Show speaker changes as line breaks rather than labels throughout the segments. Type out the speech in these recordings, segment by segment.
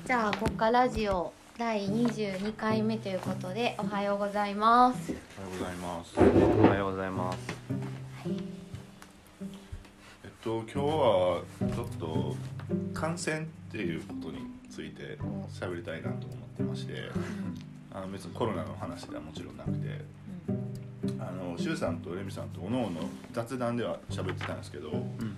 じゃあ国家ラジオ第22回目ということでおはようございます。
おはようございます。
おはようございます。
今日はちょっと感染っていうことについて喋りたいなと思ってまして、別にコロナの話ではもちろんなくて、シュウさんとレミさんとおのおの雑談では喋ってたんですけど、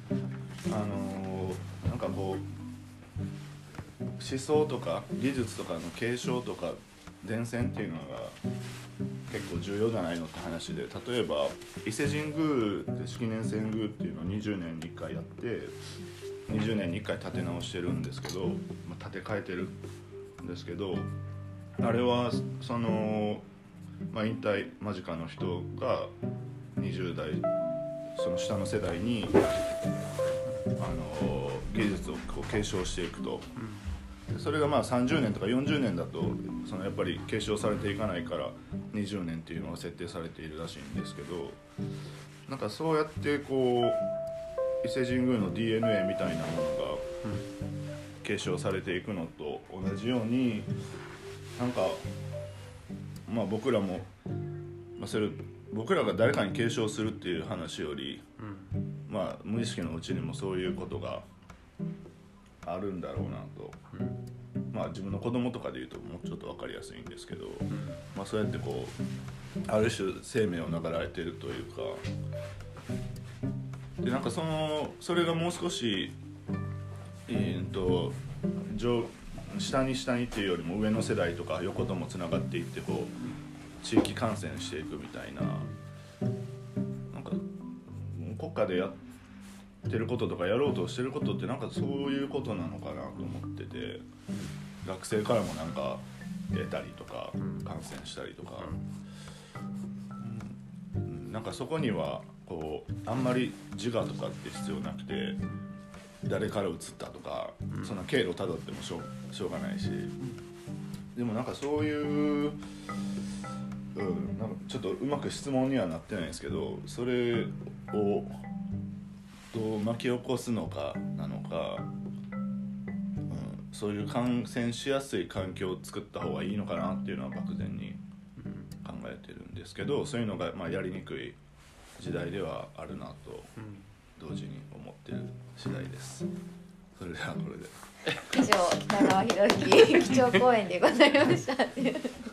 なんかこう思想とか技術とかの継承とか伝染っていうのが結構重要じゃないのって話で、例えば伊勢神宮で式年遷宮っていうのを20年に1回やって20年に1回建て直してるんですけど、建て替えてるんですけど、あれはその、引退間近の人が20代その下の世代に技術をこう継承していくと、それが30年とか40年だとそのやっぱり継承されていかないから20年っていうのが設定されているらしいんですけど、なんかそうやってこう伊勢神宮の DNA みたいなものが継承されていくのと同じように、なんか僕らも、僕らが誰かに継承するっていう話より、無意識のうちにもそういうことがあるんだろうなと、自分の子供とかで言うともうちょっと分かりやすいんですけど、そうやってこうある種生命を流られているというかで、なんかそれがもう少し下にっていうよりも上の世代とか横ともつながっていってこう地域感染していくみたいな、なんか国家でやってることとかやろうとしてることってなんかそういうことなのかなと思ってて、学生からもなんか出たりとか感染したりとか、なんかそこにはこうあんまり自我とかって必要なくて、誰から移ったとかそんな経路たどってもしょうがないし、でもなんかそういう、なんかちょっとうまく質問にはなってないんですけど、それをどう巻き起こすのかなのか、そういう感染しやすい環境を作った方がいいのかなっていうのは漠然に考えてるんですけど、そういうのがやりにくい時代ではあるなと同時に思ってる次第です。それではこれで
以上、北川博之基調講演でございました。
じ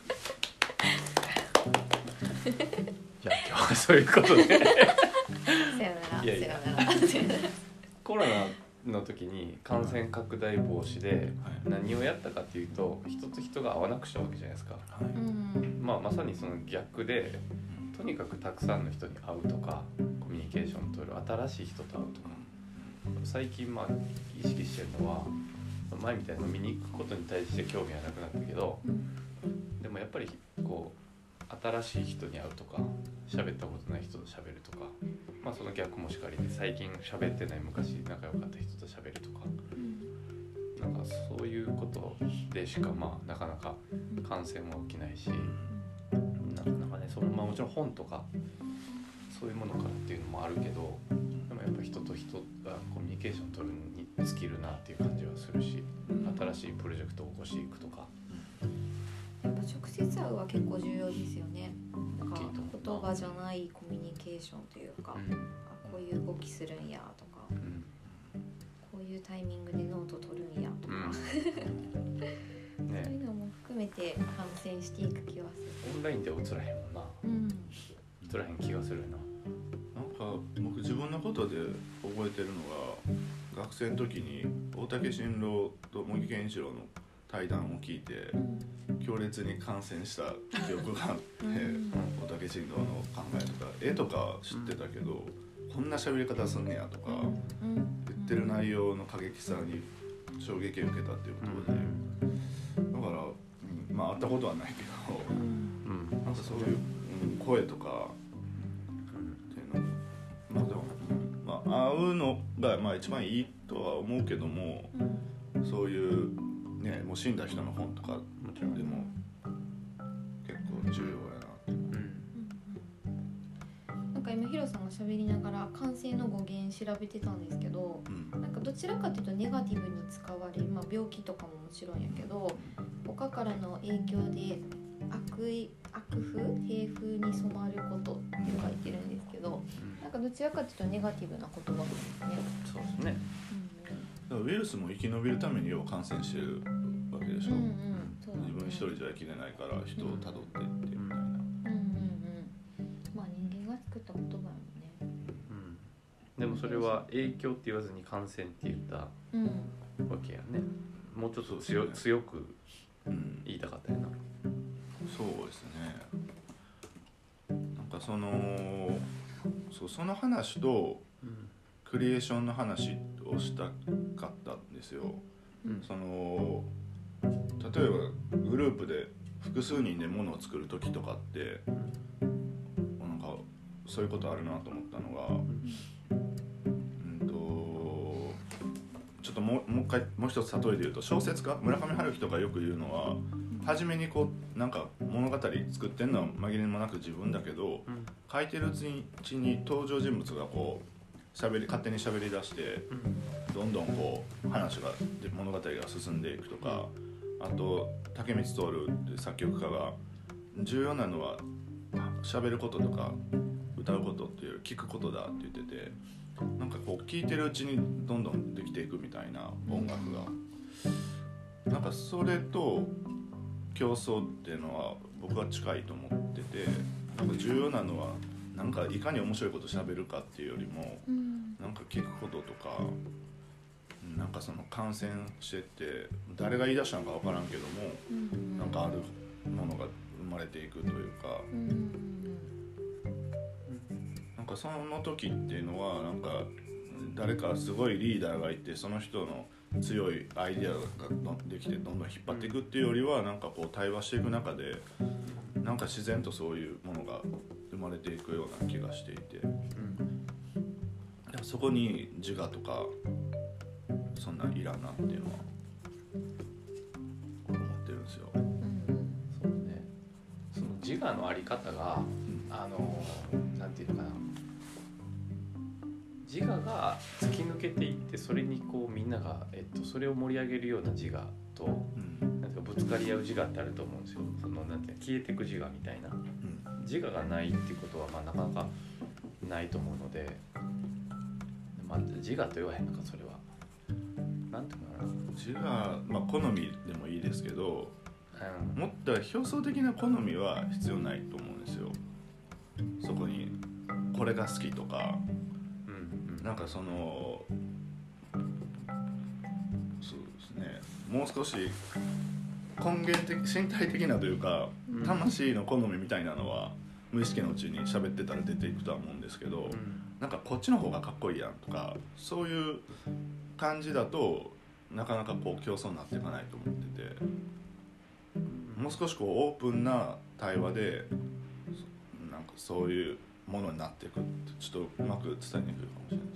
ゃあ今日はそういうことで
さよなら。
いやいや
さよなら。
コロナの時に感染拡大防止で何をやったかっていうと、人と人が会わなくしたわけじゃないですか、まさにその逆で、とにかくたくさんの人に会うとかコミュニケーションを取る、新しい人と会うとか、最近意識してるのは、前みたいに飲みに行くことに対して興味はなくなったけど、でもやっぱりこう新しい人に会うとか、喋ったことない人と喋るとか、その逆もしかりで、最近喋ってない昔仲良かった人と喋るとか、なんかそういうことでしかなかなか感染は起きないし、なかなかね、もちろん本とかそういうものからっていうのもあるけど、でもやっぱ人と人がコミュニケーションを取るに尽きるなっていう感じはするし、新しいプロジェクトを起こしていくとか、
やっぱ直接会うは結構重要ですよね。なんか言葉じゃないコミュニケーションというか、こういう動きするんやとか、こういうタイミングでノート取るんやとか、そういうのも含めて感染していく気はする。
オンラインでは映らへんもんな、映らへん気がするな。
なんか僕自分のことで覚えてるのが、学生の時に大竹新郎と茂木健一郎の対談を聞いて強烈に感染した記憶があって、大竹新郎の考えとか絵とか知ってたけど、こんな喋り方すんねやとか、言ってる内容の過激さに衝撃を受けたっていうことで、だから会ったことはないけど、なんかそういう声とかっていうの、会うのが一番いいとは思うけども、そういうね、もう死んだ人の本とかでも結構重要やなって。
なんか今ヒロさんが喋りながら感染の語源調べてたんですけど、なんかどちらかというとネガティブに使われる、病気とかももちろんやけど他からの影響で悪風平風に染まることって書いてるんですけど、なんかどちらかというとネガティブな言葉ですね。
そうですね。
だからウイルスも生き延びるために要は感染してるわけでしょ。自分一人じゃ生きれないから人をたどっていってみたいな。
人間が作った言葉やもんね。
でもそれは影響って言わずに感染って言ったわけやね。もうちょっと強く言いたかったよな。
そうですね。なんかその話とクリエーションの話をしたかったんですよ。例えばグループで複数人で物を作る時とかってなんかそういうことあるなと思ったのが、ちょっともう一つ例えで言うと、小説家村上春樹とかよく言うのは、初めになんか物語作ってんのは紛れもなく自分だけど、書いてるうちに登場人物が勝手に喋り出して、どんどん話が物語が進んでいくとか、あと竹光徹って作曲家が重要なのは喋ることとか歌うことっていうより聞くことだって言ってて、なんか聞いてるうちにどんどんできていくみたいな音楽が、なんかそれと競争っていうのは僕は近いと思ってて、なんか重要なのはなんかいかに面白いこと喋るかっていうよりも、なんか聞くこととか、なんかその感染してって誰が言い出したのか分からんけども、なんかあるものが生まれていくというか、なんかその時っていうのはなんか誰かすごいリーダーがいて、その人の強いアイデアができてどんどん引っ張っていくっていうよりは、なんか対話していく中でなんか自然とそういうものが生まれていくような気がしていて、そこに自我とかそんなんいらんなっていうのは思ってるんですよ。
そうね。その自我のあり方が、なんていうのかな、自我が突き抜けていって、それにみんなが、それを盛り上げるような自我と、なんかぶつかり合う自我ってあると思うんですよ。なんていうの、消えていく自我みたいな、自我がないっていうことはなかなかないと思うので、自我と言わへんのか、それは。なんていうのかな。
自我、好みでもいいですけど、もっと表層的な好みは必要ないと思うんですよ。そこにこれが好きとか、なんかそうですね、もう少し根源的身体的なというか、魂の好みみたいなのは無意識のうちに喋ってたら出ていくとは思うんですけど、なんかこっちの方がかっこいいやんとか、そういう感じだとなかなか競争になっていかないと思ってて、もう少しオープンな対話でなんかそういうものになっていくって、ちょっとうまく伝えにくいかもしれないです。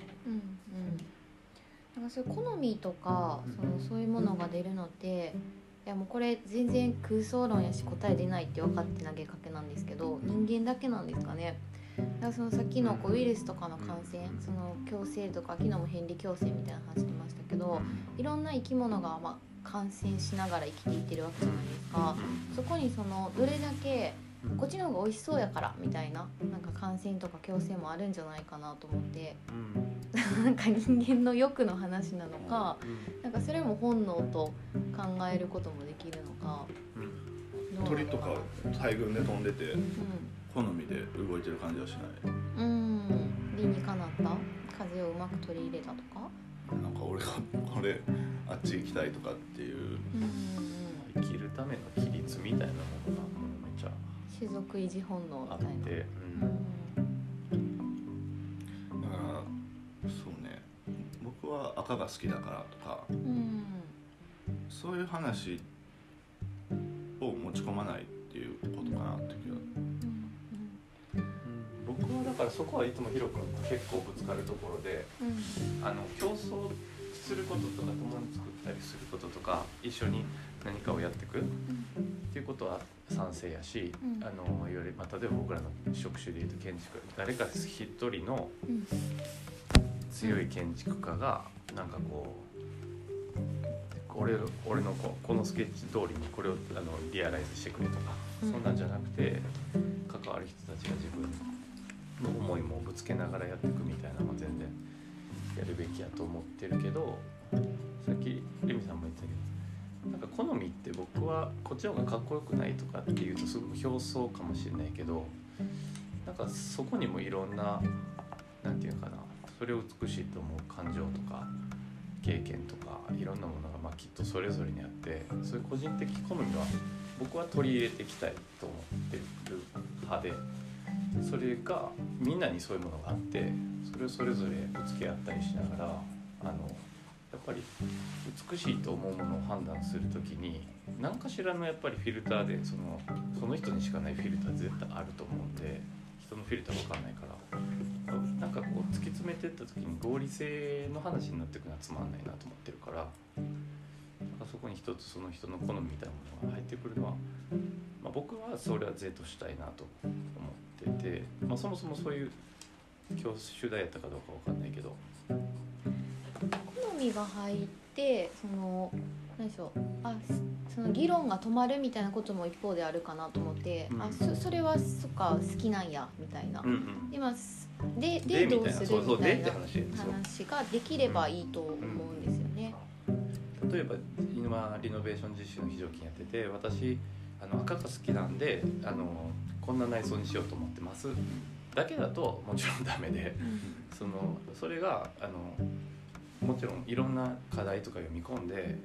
なんかそういう好みとかそういうものが出るのって、いやもうこれ全然空想論やし答え出ないって分かって投げかけなんですけど、人間だけなんですかね。だからさっきのウイルスとかの感染、共生とか、昨日も変理共生みたいな話してましたけど、いろんな生き物が感染しながら生きていってるわけじゃないですか。そこにどれだけこっちの方が美味しそうやからみたいな、なんか感染とか共生もあるんじゃないかなと思って、なんか人間の欲の話なのか、なんかそれも本能と考えることもできるのか、
鳥とか大群で飛んでて、好みで動いてる感じはしない。
理にかなった風をうまく取り入れたとか、
なんか俺あっち行きたいとかっていう、
生きるための規律みたいなものがめっちゃ
種族維持本能みたいな。
あって、
だからそうね、僕は赤が好きだからとか、そういう話を持ち込まないっていうことかなって気が。
僕はだからそこはいつもヒロ君と結構ぶつかるところで、競争することとか共に作ったりすることとか一緒に何かをやっていくっていうことは賛成やし、いわゆる、例えば僕らの職種でいうと建築誰か一人の強い建築家がなんかこう俺のこのスケッチ通りにこれをリアライズしてくれとか、そんなんじゃなくて関わる人たちが自分の思いもぶつけながらやっていくみたいなのは全然やるべきやと思ってるけど、さっきレミさんも言ってたけど、なんか好みって僕はこっちの方がかっこよくないとかっていうとすごく表層かもしれないけど、なんかそこにもいろんななんていうかな、それを美しいと思う感情とか経験とかいろんなものがきっとそれぞれにあって、そういう個人的好みは僕は取り入れていきたいと思ってる派で、それがみんなにそういうものがあってそれをそれぞれぶつけ合ったりしながらやっぱり美しいと思うものを判断するときに何かしらのやっぱりフィルターでその人にしかないフィルター絶対あると思うんで、人のフィルター分かんないからなんかこう突き詰めていった時に合理性の話になっていくのはつまんないなと思ってるから、なんかそこに一つその人の好みみたいなものが入ってくるのは、僕はそれは是としたいなと思ってて、そもそもそういう教師主題やったかどうか分かんないけど、
好みが入って何でしょう、その議論が止まるみたいなことも一方であるかなと思って、それはそっか好きなんやみたいな、今でどうするみたいな話ができればいいと思うんですよね。
例えば今リノベーション実習の非常勤やってて、私赤が好きなんでこんな内装にしようと思ってますだけだともちろんダメで、それがもちろんいろんな課題とか読み込んで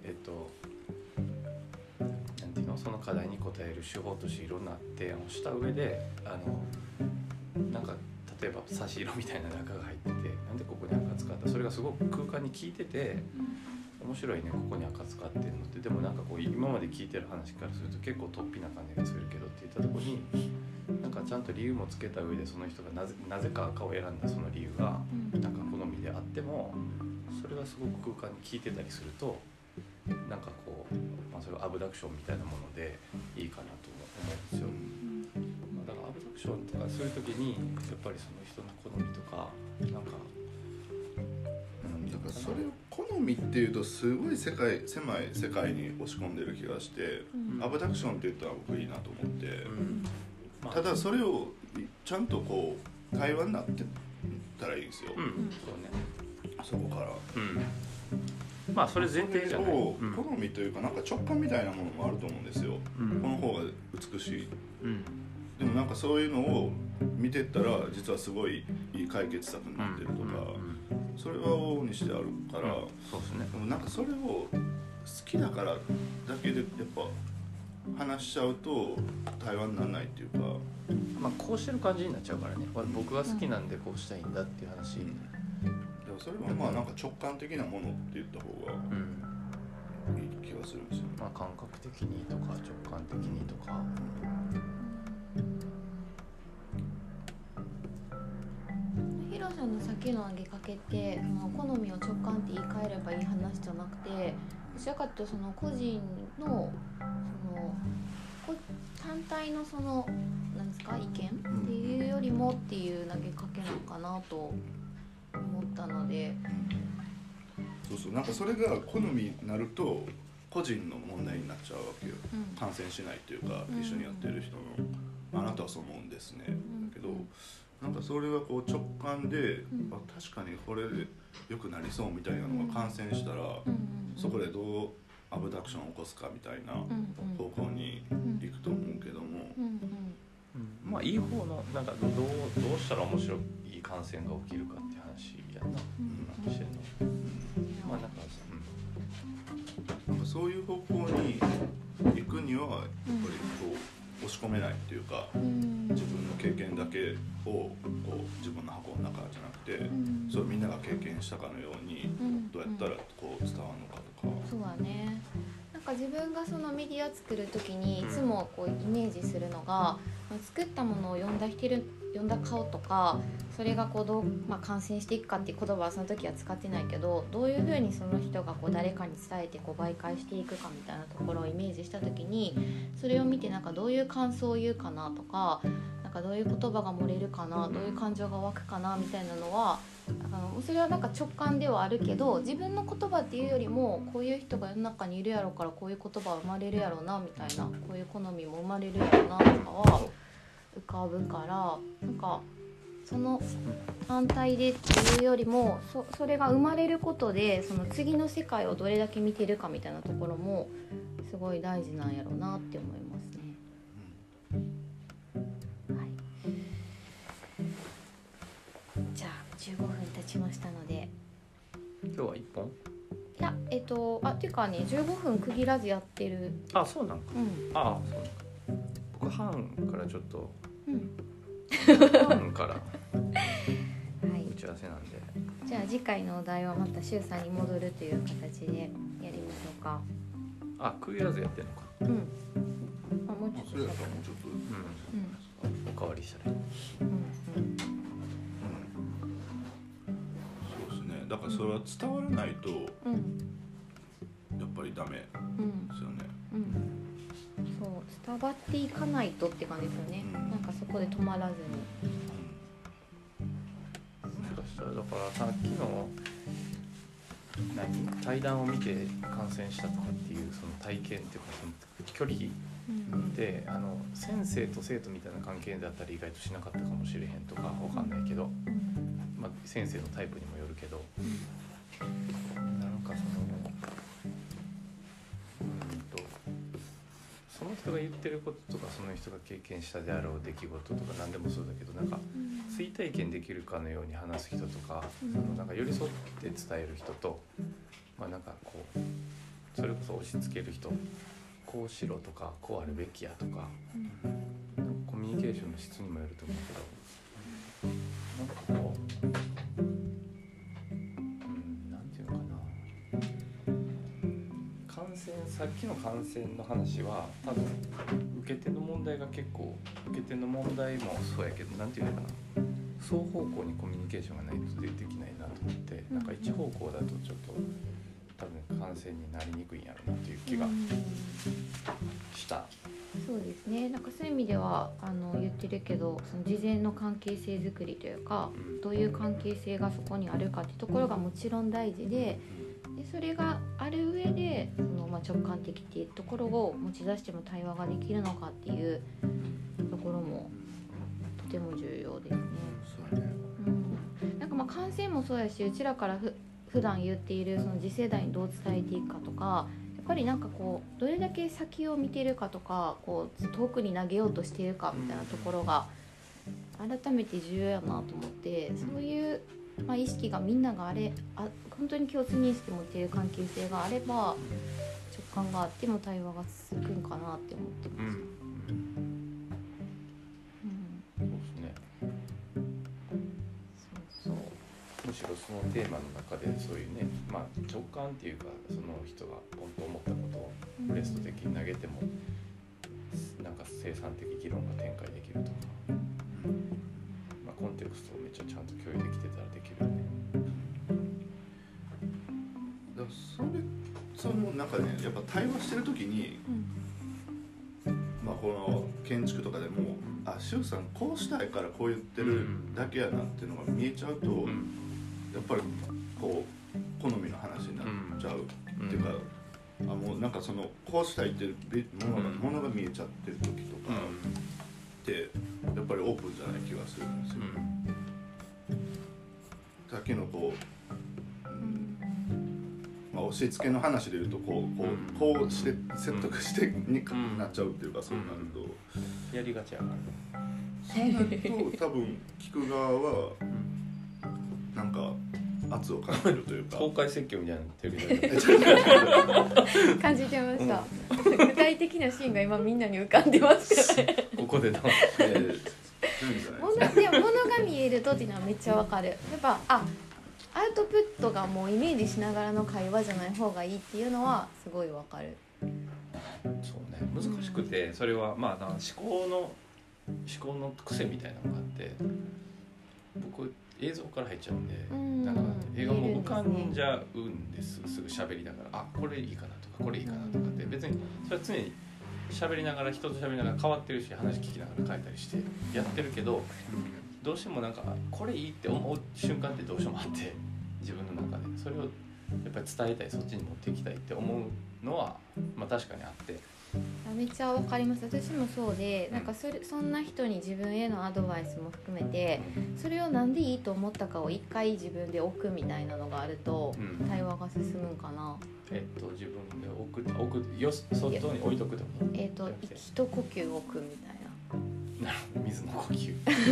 なんていうの、その課題に応える手法としていろんな提案をした上でなんか例えば差し色みたいな赤が入ってて、なんでここに赤使った、それがすごく空間に効いてて面白いね、ここに赤使ってるのって。でもなんかこう今まで聞いてる話からすると結構突飛な感じがするけどって言ったところになんかちゃんと理由もつけた上で、その人がなぜか赤を選んだその理由がなんか好みであっても、それがすごく空間に効いてたりするとなんかこう、それはアブダクションみたいなものでいいかなと思うんですよ。だからアブダクションとかするときにやっぱりその人の好みとかなんか
だからそれを好みっていうとすごい狭い世界に押し込んでる気がして、アブダクションって言ったら僕いいなと思って、ただそれをちゃんとこう対話になってたらいいですよ、
そうね、
そこから、
それ前提じゃない、
好みというかなんか直感みたいなものもあると思うんですよ、この方が美しい、でもなんかそういうのを見てったら実はすごいいい解決策になってるとか、それは往々にしてあるから、
そうですね、
でもなんかそれを好きだからだけでやっぱ話しちゃうと対話にならないっていうか、
こうしてる感じになっちゃうからね、僕が好きなんでこうしたいんだっていう話、でも
それはなんか直感的なものって言った方がいい気がするんですよ、
感覚的にとか直感的にとか、
ヒロさんのさっきの投げかけって好みを直感って言い換えればいい話じゃなくて、どちらかというとその個人の単体の何ですか意見っていうよりもっていう投げかけなのかなと思ったので、
そうなんかそれが好みになると個人の問題になっちゃうわけよ、感染しないというか、一緒にやってる人の、あなたはそう思うんですね、だけどなんかそれがこう直感で、確かにこれで良くなりそうみたいなのが感染したら、そこでどうアブダクションを起こすかみたいな方向に行くと思うけども、
いい方のなんかどうしたら面白い感染が起きるかって話やな、してんの、
なんかそういう方向に行くにはやっぱりこう押し込めないっていうか、自分の経験だけをこう自分の箱の中じゃなくて、それをみんなが経験したかのようにどうやったらこう伝わるのかとか、
そうだね。なんか自分がそのメディア作る時にいつもこうイメージするのが、作ったものを読んだ顔とか、 それがこうどう、感染していくかっていう言葉はその時は使ってないけど、どういうふうにその人がこう誰かに伝えてこう媒介していくかみたいなところをイメージした時に、それを見てなんかどういう感想を言うかなとか、なんかどういう言葉が漏れるかな、どういう感情が湧くかなみたいなのは、それはなんか直感ではあるけど、自分の言葉っていうよりもこういう人が世の中にいるやろからこういう言葉は生まれるやろうなみたいな、こういう好みも生まれるやろうなとかは浮かぶから、なんかその単体でっていうよりも それが生まれることでその次の世界をどれだけ見てるかみたいなところもすごい大事なんやろうなって思いますね。はい、じゃあ15分経ちましたので、
今日は1本？
いやっていうかね、15分区切らずやってる。
あ、そうなんか。
うん、
そう僕半からちょっと、
うん、
半から
はい、
打ち合わせなんで、
じゃあ次回のお題はまた周さんに戻るという形でやりましょうか。
区切らずやってるのか。
うん、もうちょっと
それやったらもうちょっと、
おかわりしたら。
そうですね。だからそれは伝わらないと、やっぱりダメですよね。
そう伝わっていかないとって感じですよね。なんかそこで止まらずに。
もしかしたらだからさっきの対談を見て感染したとかっていうその体験っていうかその距離で、先生と生徒みたいな関係だったら意外としなかったかもしれへんとかわかんないけど、先生のタイプにもよるけど、なんかその人が言ってることとかその人が経験したであろう出来事とか何でもそうだけど、なんか追体験できるかのように話す人とか、なんか寄り添って伝える人と、なんかこうそれこそ押し付ける人、こうしろとかこうあるべきやとか、コミュニケーションの質にもよると思うけど、なんかこうなんていうのかな、さっきの感染の話は多分受け手の問題が結構、受け手の問題もそうやけど、なんていうのかな、双方向にコミュニケーションがないとできないなと思って、なんか一方向だとちょっと多分感染になりにくいんやろうなという気がした。
そうですね。なんかそういう意味では言ってるけど、その事前の関係性づくりというか、どういう関係性がそこにあるかっていうところがもちろん大事で、それがある上でその直感的っていうところを持ち出しても対話ができるのかっていうところもとても重要ですね。なんか感染もそうやし、うちらから普段言っているその次世代にどう伝えていくかとか、やっぱりなんかこうどれだけ先を見てるかとか、こう遠くに投げようとしているかみたいなところが改めて重要やなと思って、そういう意識がみんなが本当に共通認識を持っている関係性があれば、直感があっても対話が続くんかなって思ってます。
そうですね。
そう
むしろそのテーマの中でそういうね、直感っていうか、その人が本当思ったことをブレスト的に投げても、なんか生産的議論が展開できるとか、コンテクストをめっちゃちゃんと共有できてたらできるよね。
だからその中で、ね、やっぱ対話してる時に、この建築とかでも、周さんこうしたいからこう言ってるだけやなっていうのが見えちゃうと、やっぱりこう好みの話になっちゃうっていうか、もうなんかそのこうしたいっていうものが見えちゃってる時とかってやっぱりオープンじゃない気がするんですよ。さっきのこう、押し付けの話でいうとこうして説得してになっちゃうっていうか、そうなると
やりがちやから。
そうなると多分聞く側はなんか圧を感じるというか、
公開説教みたいなテレビで
感じてました、具体的なシーンが今みんなに浮かんでますからね。
ここでだ
物が見えるとっていうのはめっちゃわかる。やっぱアウトプットがもうイメージしながらの会話じゃない方がいいっていうのはすごいわかる。
そうね、難しくて、それは思考の癖みたいなのがあって、 僕映像から入っちゃうんで、
うん
なんか映画も浮かんじゃうんです。すぐ喋りながら、あ、これいいかなとかこれいいかなとかって別にそれは常に喋りながら人と喋りながら変わってるし話聞きながら変えたりしてやってるけど、どうしてもなんかこれいいって思う瞬間ってどうしてもあって、自分の中でそれをやっぱり伝えたい、そっちに持っていきたいって思うのはまあ確かにあって、
めっちゃわかります。私もそうで、なんかそんな人に自分へのアドバイスも含めて、それをなんでいいと思ったかを一回自分で置くみたいなのがあると、対話が進むんかな。
自分で置くよ、外に置いとくってこと？
一呼吸置くみたいな。
なるほど、水の呼吸。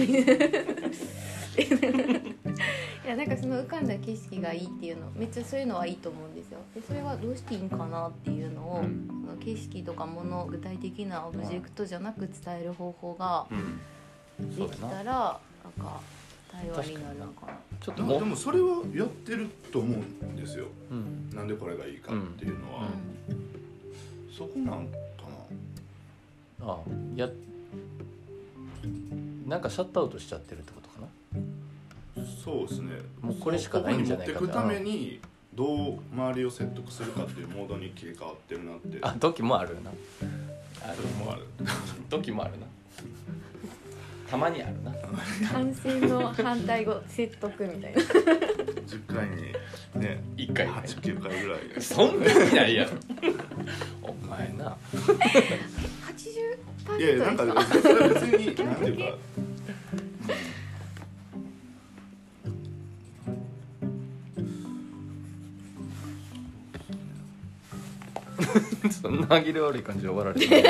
いや、なんかその浮かんだ景色がいいっていうの、めっちゃそういうのはいいと思うんですよ。でそれはどうしていいんかなっていうのを、その景色とか物、具体的なオブジェクトじゃなく伝える方法ができたら、なんか対話になるのかな。
ちょっとでもそれはやってると思うんですよ、なんでこれがいいかっていうのは、そこなんか
な。あ、なんかシャットアウトしちゃってるってことかな。
そうですね。
もうこれしかないんじゃないかな。
ここに持っていくためにどう周りを説得するかっていうモードに切り替わってるなって。
時もあるな。時もあるな。たまにあるな。
感染の反対語説得みたいな。
10回にね、
1回
8、9回ぐらい。
そんなにないやろ。お前な。
80%いやいや、なんかそれは別になんていうか。
そんな歯切れ悪い感じで終わられて
い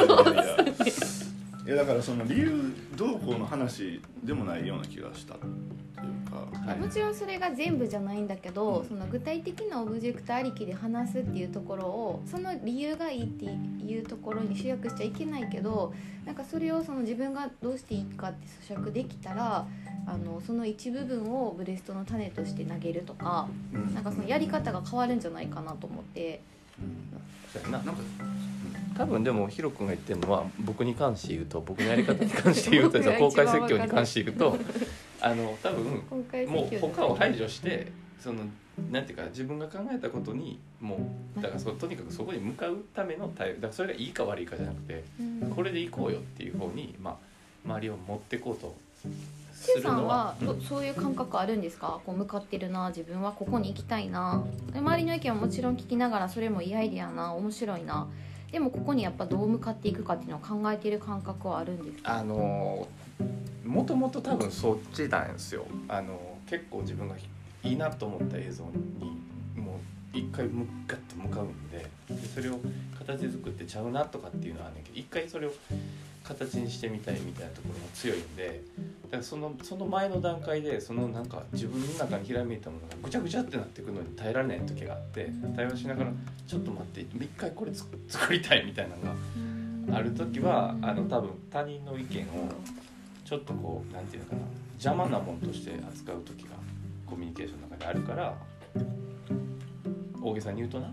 やだからその理由どうこうの話でもないような気がしたっていうか、
もちろんそれが全部じゃないんだけど、その具体的なオブジェクトありきで話すっていうところを、その理由がいいっていうところに集約しちゃいけないけど、なんかそれをその自分がどうしていいかって咀嚼できたら、その一部分をブレストの種として投げるとか、なんかそのやり方が変わるんじゃないかなと思って。
なんか多分でもヒロ君が言ってるのは、僕に関して言うと、僕のやり方に関して言うと公開説教に関して言うと多分もう他を排除して、そのなんていうか自分が考えたことにもうだからとにかくそこに向かうための対応だから、それがいいか悪いかじゃなくて、これでいこうよっていう方に、周りを持っていこうとするのは。
さんはそういう感覚あるんですか？こう向かってるな、自分はここに行きたいな、周りの意見はもちろん聞きながら、それもいいアイデアな、面白いな、でもここにやっぱどう向かっていくかっていうのを考えている感覚はあるんですか？
もともと多分そっちなんですよ。結構自分がいいなと思った映像にもう一回ガッと向かうんで、それを形作ってちゃうなとかっていうのはあるんだけど、一回それを形にしてみたいみたいなところが強いんで、だからその前の段階でそのなんか自分の中にひらめいたものがぐちゃぐちゃってなってくるのに耐えられない時があって、対話しながらちょっと待って一回これ作りたいみたいなのがある時は、多分他人の意見をちょっとこうなんていうのかな、邪魔なものとして扱う時がコミュニケーションの中であるから、大げさに言うとな。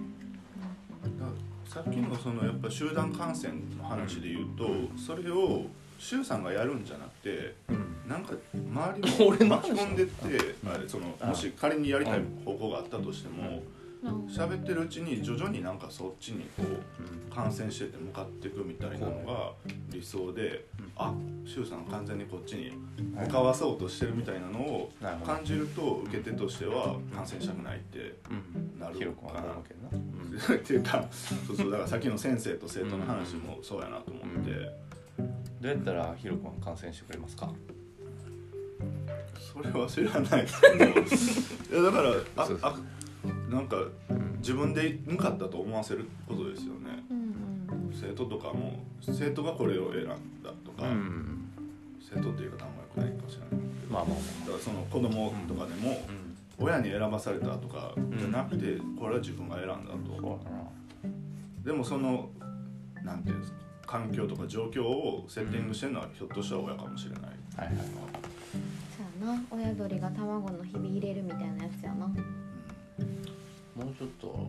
さっきのそのやっぱ集団感染の話で言うと、それを周さんがやるんじゃなくて、なんか周りも巻き込んでって、もし仮にやりたい方向があったとしても、喋ってるうちに徐々になんかそっちにこう感染してて向かっていくみたいなのが理想で、周さん完全にこっちに向かわそうとしてるみたいなのを感じると、受け手としては感染したくないってなるかなっていうか、そうだからさっきの先生と生徒の話もそうやなと思って。
どうやったらヒロ君は感染してくれますか？
それは知らないですけど、いやだからなんか自分で向かったと思わせることですよね。生徒とかも生徒がこれを選んだとか、生徒っていうかあんまり良くないかもしれないけど、だからその子供とかでも親に選ばされたとかじゃなくて、これは自分が選んだと。でもそのなんていうんですか、環境とか状況をセッティングしてるのはひょっとしたら親かもしれない。
そうやな、親鳥が卵のひび入れるみたいなやつやな。
もうちょっと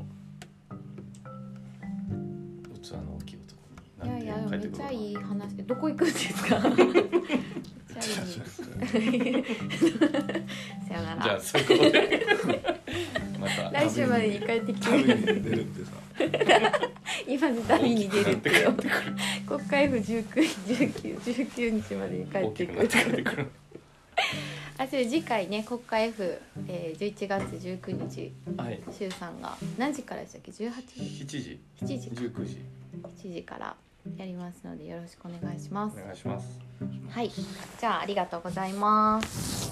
器の大きい男に
いやいや、めっちゃいい話。どこ行くんですか？ さよなら。
じゃあそういうことでまた
来週までに帰ってき
旅に
て。
出るってさ
今で旅に出るってよ。国会府19日までに帰ってくる。あ、それ次回ね、国会府、11月19日、
はい、
周さんが何時からでしたっけ？18時
7時19時
7時からやりますのでよろしくお願いします。
お願いします。
はい、じゃあありがとうございます。